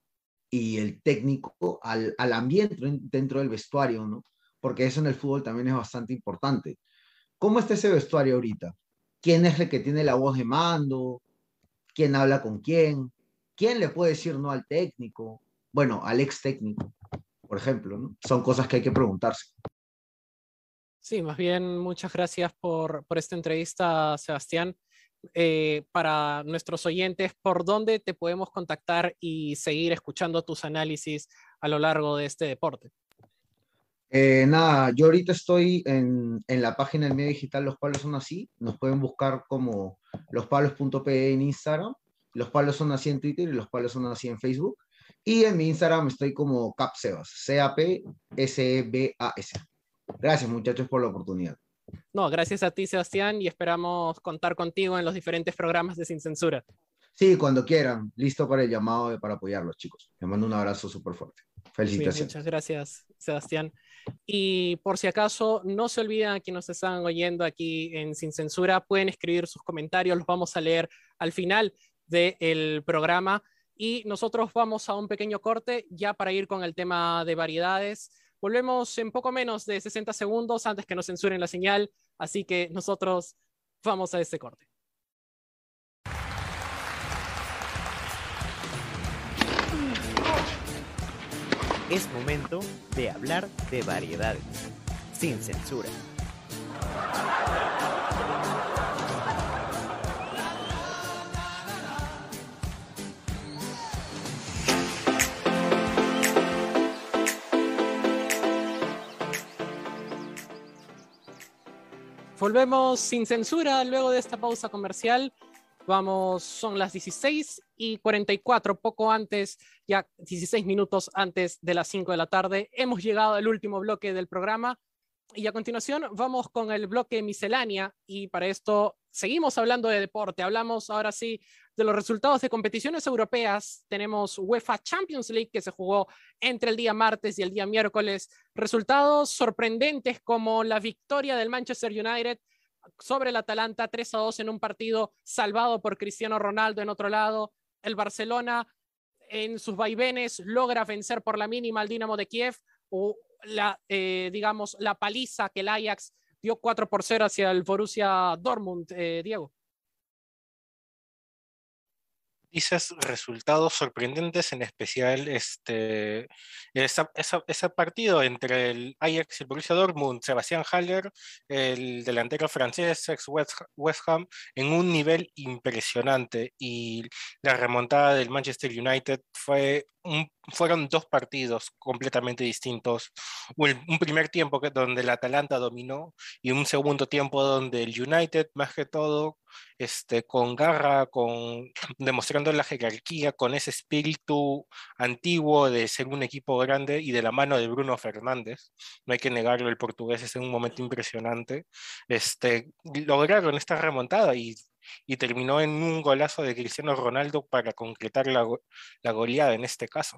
y el técnico al, al ambiente dentro del vestuario, ¿no? Porque eso en el fútbol también es bastante importante. ¿Cómo está ese vestuario ahorita? ¿Quién es el que tiene la voz de mando? ¿Quién habla con quién? ¿Quién le puede decir no al técnico? Bueno, al ex técnico, por ejemplo, ¿no? Son cosas que hay que preguntarse. Sí, más bien muchas gracias por, por esta entrevista, Sebastián. Eh, para nuestros oyentes, ¿por dónde te podemos contactar y seguir escuchando tus análisis a lo largo de este deporte? Eh, nada, yo ahorita estoy en, en la página del medio digital Los Palos Son Así. Nos pueden buscar como lospalos.pe en Instagram. Los Palos Son Así en Twitter y Los Palos Son Así en Facebook. Y en mi Instagram estoy como capsebas, C A P S E B A S. Gracias muchachos por la oportunidad. No, gracias a ti, Sebastián, y esperamos contar contigo en los diferentes programas de Sin Censura. Sí, cuando quieran, listo para el llamado y para apoyarlos, chicos. Les mando un abrazo súper fuerte. Bien, muchas Felicitaciones. gracias, Sebastián. Y por si acaso, no se olviden que nos están oyendo aquí en Sin Censura, pueden escribir sus comentarios, los vamos a leer al final del programa. Y nosotros vamos a un pequeño corte ya para ir con el tema de variedades. Volvemos en poco menos de sesenta segundos antes que nos censuren la señal, así que nosotros vamos a este corte. Es momento de hablar de variedades, sin censura. Volvemos sin censura luego de esta pausa comercial. Vamos, son las dieciséis y cuarenta y cuatro, poco antes, ya dieciséis minutos antes de las cinco de la tarde. Hemos llegado al último bloque del programa y a continuación vamos con el bloque miscelánea y para esto seguimos hablando de deporte. Hablamos ahora sí de los resultados de competiciones europeas. Tenemos UEFA Champions League que se jugó entre el día martes y el día miércoles. Resultados sorprendentes como la victoria del Manchester United sobre el Atalanta tres a dos en un partido salvado por Cristiano Ronaldo. En otro lado, el Barcelona en sus vaivenes logra vencer por la mínima al Dinamo de Kiev, o la, eh, digamos, la paliza que el Ajax dio cuatro por cero hacia el Borussia Dortmund, eh, Diego. dices resultados sorprendentes, en especial este, esa, esa- ese partido entre el Ajax y el Borussia Dortmund, Sebastián Haller, el delantero francés, ex West, West Ham, en un nivel impresionante, y la remontada del Manchester United fue un- fueron dos partidos completamente distintos. Un, un primer tiempo que, donde el Atalanta dominó, y un segundo tiempo donde el United, más que todo, este, con garra, con, demostrando la jerarquía, con ese espíritu antiguo de ser un equipo grande, y de la mano de Bruno Fernández, no hay que negarlo, el portugués es en un momento impresionante, este, lograron esta remontada, y, y terminó en un golazo de Cristiano Ronaldo para concretar la, go- la goleada en este caso.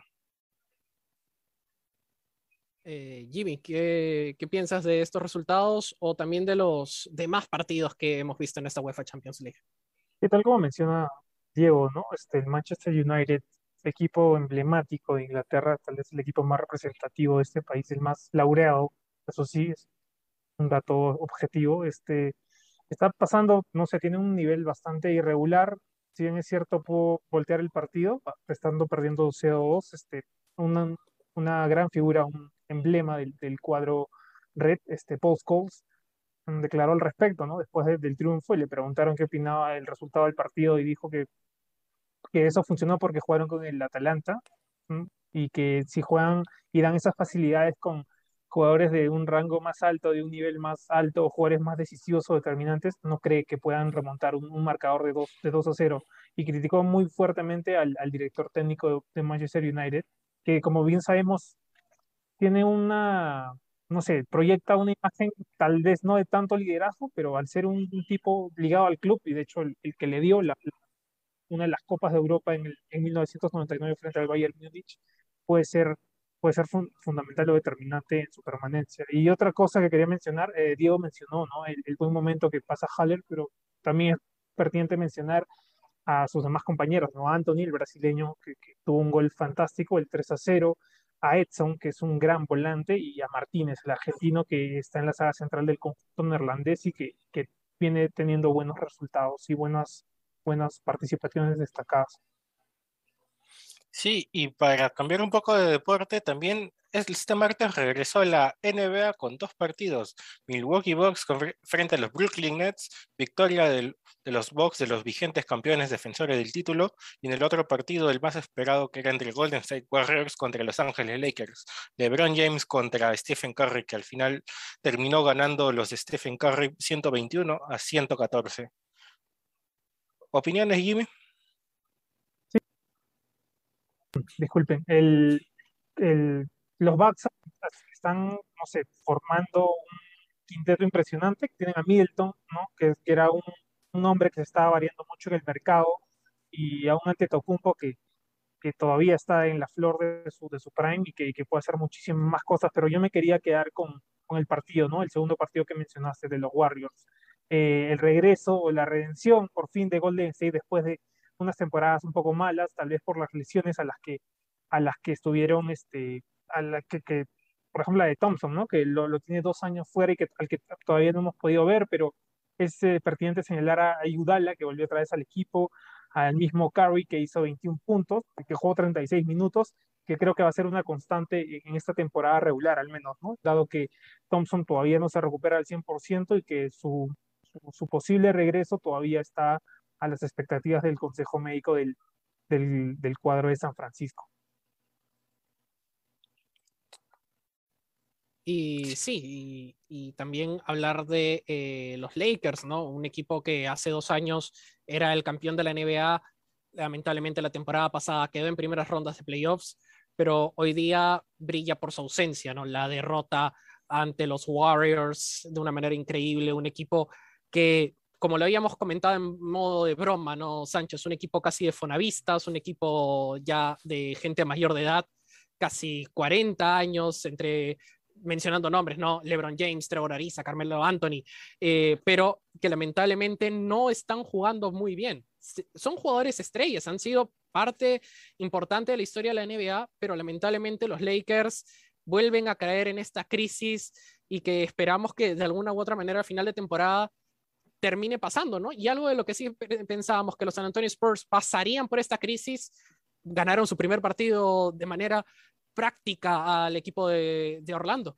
Eh, Jimmy, ¿qué, qué piensas de estos resultados o también de los demás partidos que hemos visto en esta UEFA Champions League? Y tal como menciona Diego, ¿no? Este, el Manchester United, equipo emblemático de Inglaterra, tal vez el equipo más representativo de este país, el más laureado, eso sí, es un dato objetivo. Este, está pasando, no sé, tiene un nivel bastante irregular. Si bien es cierto, pudo voltear el partido, pa- estando perdiendo cero dos, este, una, una gran figura, un emblema del, del cuadro red, este, Paul Scholes, mm, declaró al respecto, ¿no? Después de- del triunfo, y le preguntaron qué opinaba del resultado del partido, y dijo que, que eso funcionó porque jugaron con el Atalanta, ¿m? Y que si juegan y dan esas facilidades con jugadores de un rango más alto, de un nivel más alto, o jugadores más decisivos o determinantes, no cree que puedan remontar un, un marcador de dos de dos a cero. Y criticó muy fuertemente al, al director técnico de, de Manchester United, que como bien sabemos tiene una, no sé, proyecta una imagen tal vez no de tanto liderazgo, pero al ser un, un tipo ligado al club, y de hecho el, el que le dio la, una de las Copas de Europa en, el, en mil novecientos noventa y nueve frente al Bayern Múnich, puede ser, puede ser fun- fundamental o determinante en su permanencia. Y otra cosa que quería mencionar, eh, Diego mencionó, ¿no? El, el buen momento que pasa Haller, pero también es pertinente mencionar a sus demás compañeros, ¿no? A Anthony, el brasileño, que, que tuvo un gol fantástico, el tres a cero, a Edson, que es un gran volante, y a Martínez, el argentino, que está en la saga central del conjunto neerlandés y que, que viene teniendo buenos resultados y buenas, buenas participaciones destacadas. Sí, y para cambiar un poco de deporte, también es- este martes regresó la N B A con dos partidos. Milwaukee Bucks con fre- frente a los Brooklyn Nets, victoria del- de los Bucks, de los vigentes campeones defensores del título, y en el otro partido, el más esperado, que era entre Golden State Warriors contra Los Ángeles Lakers. LeBron James contra Stephen Curry, que al final terminó ganando los de Stephen Curry ciento veintiuno a ciento catorce. ¿Opiniones, Jimmy? Disculpen, el, el, los Bucks están, no sé, formando un quinteto impresionante, que tienen a Middleton, ¿no? Que, que era un, un hombre que se estaba variando mucho en el mercado, y a un Antetokounmpo que que todavía está en la flor de su, de su prime, y que, y que puede hacer muchísimas más cosas, pero yo me quería quedar con, con el partido, ¿no? El segundo partido que mencionaste de los Warriors. Eh, el regreso o la redención por fin de Golden State después de unas temporadas un poco malas, tal vez por las lesiones a las que, a las que estuvieron, este, a la que, que, por ejemplo, la de Thompson, ¿no? Que lo, lo tiene dos años fuera y que, al que todavía no hemos podido ver, pero es eh, pertinente señalar a Iguodala, que volvió otra vez al equipo, al mismo Curry, que hizo veintiún puntos, que jugó treinta y seis minutos, que creo que va a ser una constante en esta temporada regular, al menos, ¿no? Dado que Thompson todavía no se recupera al cien por ciento, y que su, su, su posible regreso todavía está a las expectativas del Consejo Médico del, del, del cuadro de San Francisco. Y sí, y, y también hablar de eh, los Lakers, ¿no? Un equipo que hace dos años era el campeón de la N B A. Lamentablemente la temporada pasada quedó en primeras rondas de playoffs, pero hoy día brilla por su ausencia, ¿no? La derrota ante los Warriors de una manera increíble, un equipo que, como lo habíamos comentado en modo de broma, ¿no, Sánchez? Es un equipo casi de fonavistas, un equipo ya de gente mayor de edad, casi cuarenta años, entre mencionando nombres, ¿no? LeBron James, Trevor Ariza, Carmelo Anthony, eh, pero que lamentablemente no están jugando muy bien. Son jugadores estrellas, han sido parte importante de la historia de la N B A, pero lamentablemente los Lakers vuelven a caer en esta crisis, y que esperamos que de alguna u otra manera a final de temporada termine pasando, ¿no? Y algo de lo que sí pensábamos que los San Antonio Spurs pasarían por esta crisis, ganaron su primer partido de manera práctica al equipo de, de Orlando.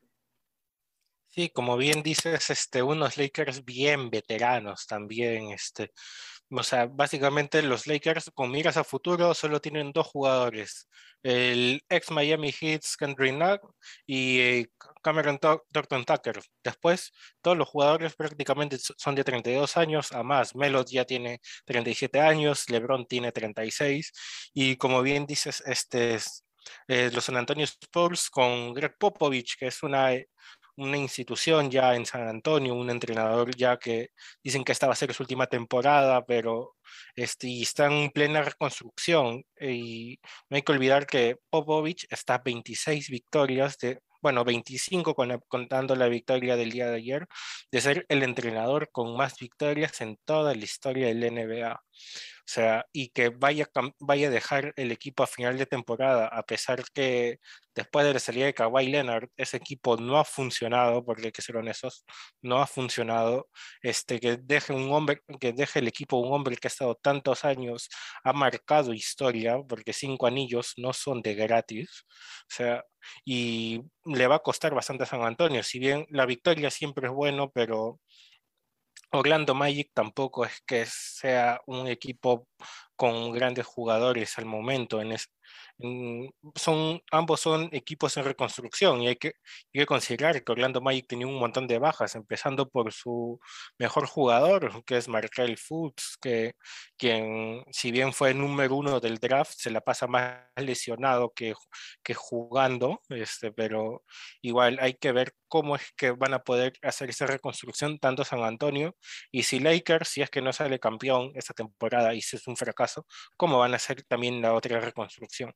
Sí, como bien dices, este, unos Lakers bien veteranos también, este, o sea, básicamente los Lakers con miras a futuro solo tienen dos jugadores, el ex Miami Heat Kendrick Nunn y eh, Cameron Thornton Tucker. Después, todos los jugadores prácticamente son de treinta y dos años a más. Melo ya tiene treinta y siete años, LeBron tiene treinta y seis y como bien dices, este, eh, los San Antonio Spurs con Greg Popovich, que es una una institución ya en San Antonio, un entrenador ya que dicen que esta va a ser su última temporada, pero este, y está en plena reconstrucción. Y no hay que olvidar que Popovich está a veintiséis victorias de, bueno, veinticinco con la, contando la victoria del día de ayer, de ser el entrenador con más victorias en toda la historia del N B A. O sea, y que vaya, vaya a dejar el equipo a final de temporada, a pesar que después de la salida de Kawhi Leonard, ese equipo no ha funcionado, porque hay que ser honestos, no ha funcionado. Este, que deje un hombre, que deje el equipo un hombre que ha estado tantos años, ha marcado historia, porque cinco anillos no son de gratis. O sea, y le va a costar bastante a San Antonio. Si bien la victoria siempre es bueno, pero Orlando Magic tampoco es que sea un equipo con grandes jugadores al momento. En es, en, son, ambos son equipos en reconstrucción y hay que, hay que considerar que Orlando Magic tenía un montón de bajas, empezando por su mejor jugador, que es Markelle Fultz, que quien, si bien fue el número uno del draft, se la pasa más lesionado que, que jugando, este, pero igual hay que ver cómo es que van a poder hacer esa reconstrucción tanto San Antonio y si Lakers, si es que no sale campeón esta temporada y si es un fracaso, cómo van a hacer también la otra reconstrucción.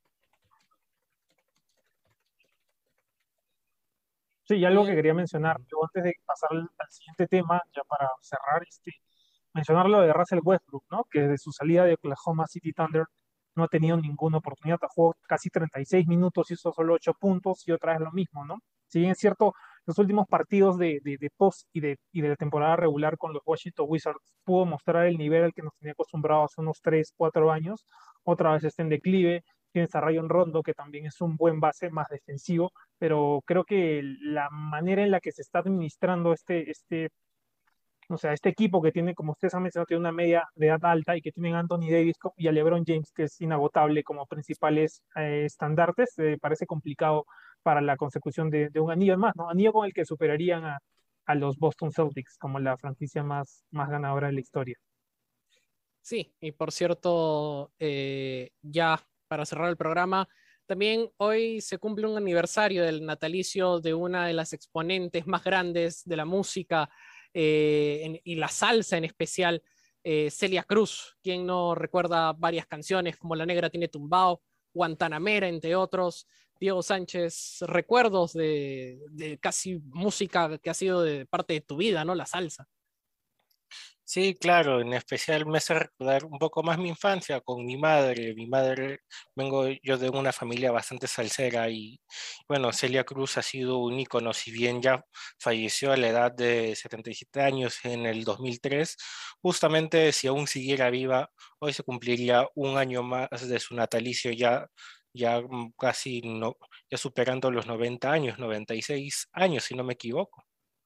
Sí, y algo que quería mencionar, yo antes de pasar al, al siguiente tema, ya para cerrar, este, mencionar lo de Russell Westbrook, ¿no? Que desde su salida de Oklahoma City Thunder no ha tenido ninguna oportunidad, jugó casi treinta y seis minutos, hizo solo ocho puntos y otra vez lo mismo, ¿no? Si bien es cierto, los últimos partidos de, de, de post y de, y de la temporada regular con los Washington Wizards pudo mostrar el nivel al que nos tenía acostumbrados hace unos tres cuatro años, otra vez está en declive. Tienes a Rayon Rondo, que también es un buen base más defensivo, pero creo que la manera en la que se está administrando este, este, o sea, este equipo que tiene, como ustedes han mencionado, tiene una media de edad alta y que tienen a Anthony Davis y a LeBron James, que es inagotable como principales eh, estandartes, eh, parece complicado para la consecución de, de un anillo más, ¿no? Anillo con el que superarían a, a los Boston Celtics como la franquicia más, más ganadora de la historia. Sí, y por cierto, eh, ya para cerrar el programa, también hoy se cumple un aniversario del natalicio de una de las exponentes más grandes de la música eh, en, y la salsa en especial, eh, Celia Cruz, quien no recuerda varias canciones como La Negra Tiene Tumbao, Guantanamera, entre otros. Diego Sánchez, recuerdos de, de casi música que ha sido de parte de tu vida, ¿no? La salsa. Sí, claro, en especial me hace recordar un poco más mi infancia con mi madre. Mi madre, vengo yo de una familia bastante salsera y bueno, Celia Cruz ha sido un ícono, si bien ya falleció a la edad de setenta y siete años en el dos mil tres, justamente si aún siguiera viva, hoy se cumpliría un año más de su natalicio ya, ya mm, casi no, ya superando los noventa años, noventa y seis años, si no me equivoco.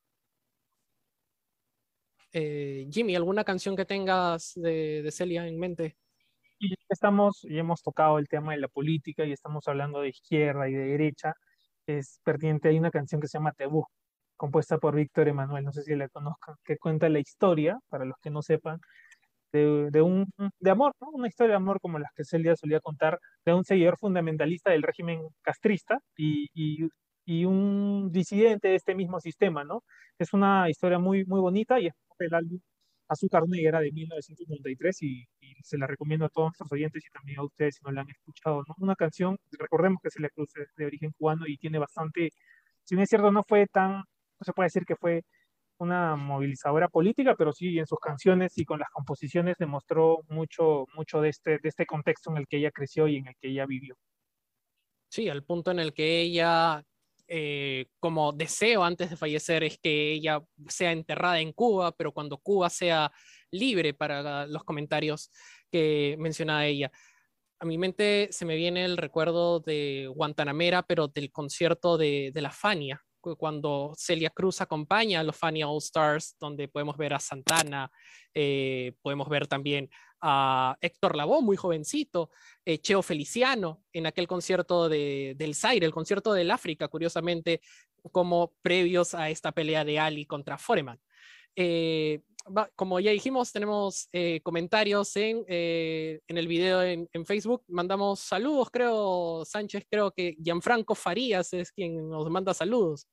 Eh, Jimmy, ¿alguna canción que tengas de, de Celia en mente? Y estamos, y hemos tocado el tema de la política y estamos hablando de izquierda y de derecha, es pertinente, hay una canción que se llama Te Busco, compuesta por Víctor Emanuel, no sé si la conozcan, que cuenta la historia, para los que no sepan, de, de un de amor, ¿no? Una historia de amor como las que Celia solía contar, de un seguidor fundamentalista del régimen castrista y, y, y un disidente de este mismo sistema, ¿no? Es una historia muy, muy bonita y es el álbum Azúcar Negra de mil novecientos noventa y tres y, y se la recomiendo a todos nuestros oyentes y también a ustedes si no la han escuchado, ¿no? Una canción, recordemos que Celia Cruz es de origen cubano y tiene bastante, si bien es cierto, no fue tan, no se puede decir que fue una movilizadora política, pero sí en sus canciones y con las composiciones demostró mucho, mucho de este, de este contexto en el que ella creció y en el que ella vivió. Sí, al punto en el que ella eh, como deseo antes de fallecer es que ella sea enterrada en Cuba, pero cuando Cuba sea libre para los comentarios que mencionaba ella. A mi mente se me viene el recuerdo de Guantanamera, pero del concierto de, de la Fania, cuando Celia Cruz acompaña a los Fania All Stars, donde podemos ver a Santana, eh, podemos ver también a Héctor Lavoe, muy jovencito, eh, Cheo Feliciano, en aquel concierto de, del Zaire, el concierto del África, curiosamente, como previos a esta pelea de Ali contra Foreman. Eh, va, como ya dijimos, tenemos eh, comentarios en, eh, en el video en, en Facebook. Mandamos saludos, creo, Sánchez, creo que Gianfranco Farías es quien nos manda saludos.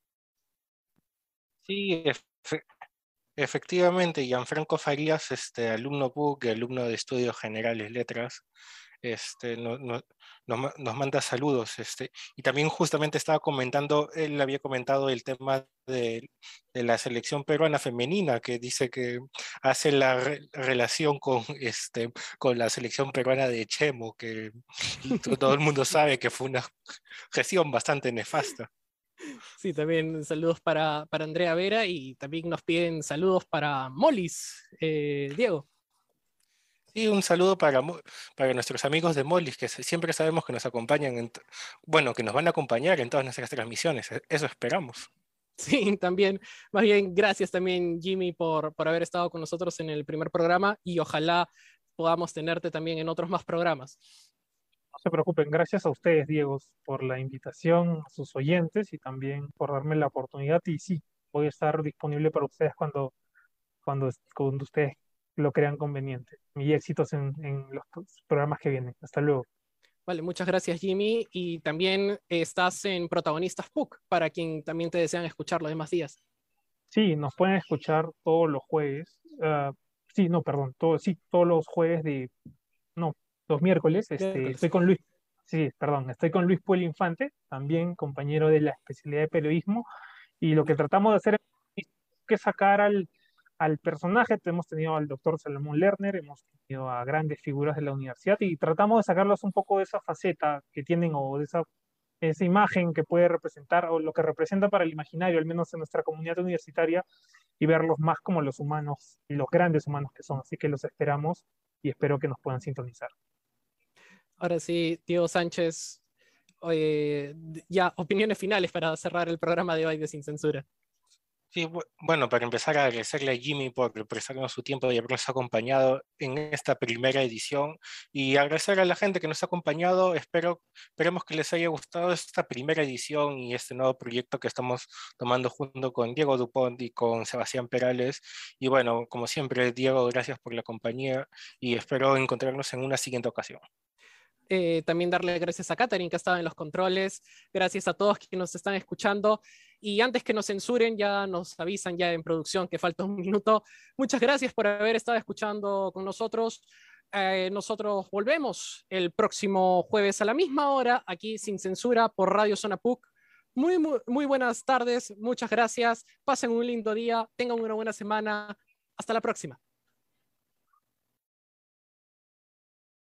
Sí, efe- efectivamente, Gianfranco Farías, este, alumno P U C, alumno de Estudios Generales Letras, este, no- no- nos, ma- nos manda saludos. Este, y también justamente estaba comentando, él había comentado el tema de, de la selección peruana femenina, que dice que hace la re- relación con, este, con la selección peruana de Chemo, que to- todo el mundo sabe que fue una gestión bastante nefasta. Sí, también saludos para, para Andrea Vera y también nos piden saludos para Molis, eh, Diego. Sí, un saludo para, Mo- para nuestros amigos de Molis, que se- siempre sabemos que nos acompañan, en t- bueno, que nos van a acompañar en todas nuestras transmisiones. e- Eso esperamos. Sí, también, más bien, gracias también, Jimmy, por, por haber estado con nosotros en el primer programa y ojalá podamos tenerte también en otros más programas. No se preocupen, gracias a ustedes, Diego, por la invitación, a sus oyentes y también por darme la oportunidad. Y sí, voy a estar disponible para ustedes cuando, cuando, cuando ustedes lo crean conveniente. Y éxitos en, en los programas que vienen. Hasta luego. Vale, muchas gracias, Jimmy. Y también estás en Protagonistas P U C, para quien también te desean escuchar los demás días. Sí, nos pueden escuchar todos los jueves. ah, sí, no, perdón, todo, sí, todos los jueves de, no, los miércoles. Este, estoy Miércoles. con Luis, sí, perdón, estoy con Luis Puel Infante, también compañero de la especialidad de periodismo. Y lo que tratamos de hacer es que sacar al, al personaje. Hemos tenido al doctor Salomón Lerner, hemos tenido a grandes figuras de la universidad y tratamos de sacarlos un poco de esa faceta que tienen o de esa esa imagen que puede representar o lo que representa para el imaginario, al menos en nuestra comunidad universitaria, y verlos más como los humanos y los grandes humanos que son. Así que los esperamos y espero que nos puedan sintonizar. Ahora sí, Diego Sánchez, eh, ya opiniones finales para cerrar el programa de hoy de Sin Censura. Sí, bu- bueno, para empezar a agradecerle a Jimmy por prestarnos su tiempo y habernos acompañado en esta primera edición y agradecer a la gente que nos ha acompañado. Espero, esperemos que les haya gustado esta primera edición y este nuevo proyecto que estamos tomando junto con Diego Dupont y con Sebastián Perales. Y bueno, como siempre, Diego, gracias por la compañía y espero encontrarnos en una siguiente ocasión. Eh, también darle gracias a Katherine, que estaba en los controles, gracias a todos que nos están escuchando. Y antes que nos censuren, ya nos avisan ya en producción que falta un minuto. Muchas gracias por haber estado escuchando con nosotros. Eh, nosotros volvemos el próximo jueves a la misma hora, aquí Sin Censura por Radio Zona P U C. Muy, muy, muy buenas tardes, muchas gracias. Pasen un lindo día, tengan una buena semana. Hasta la próxima.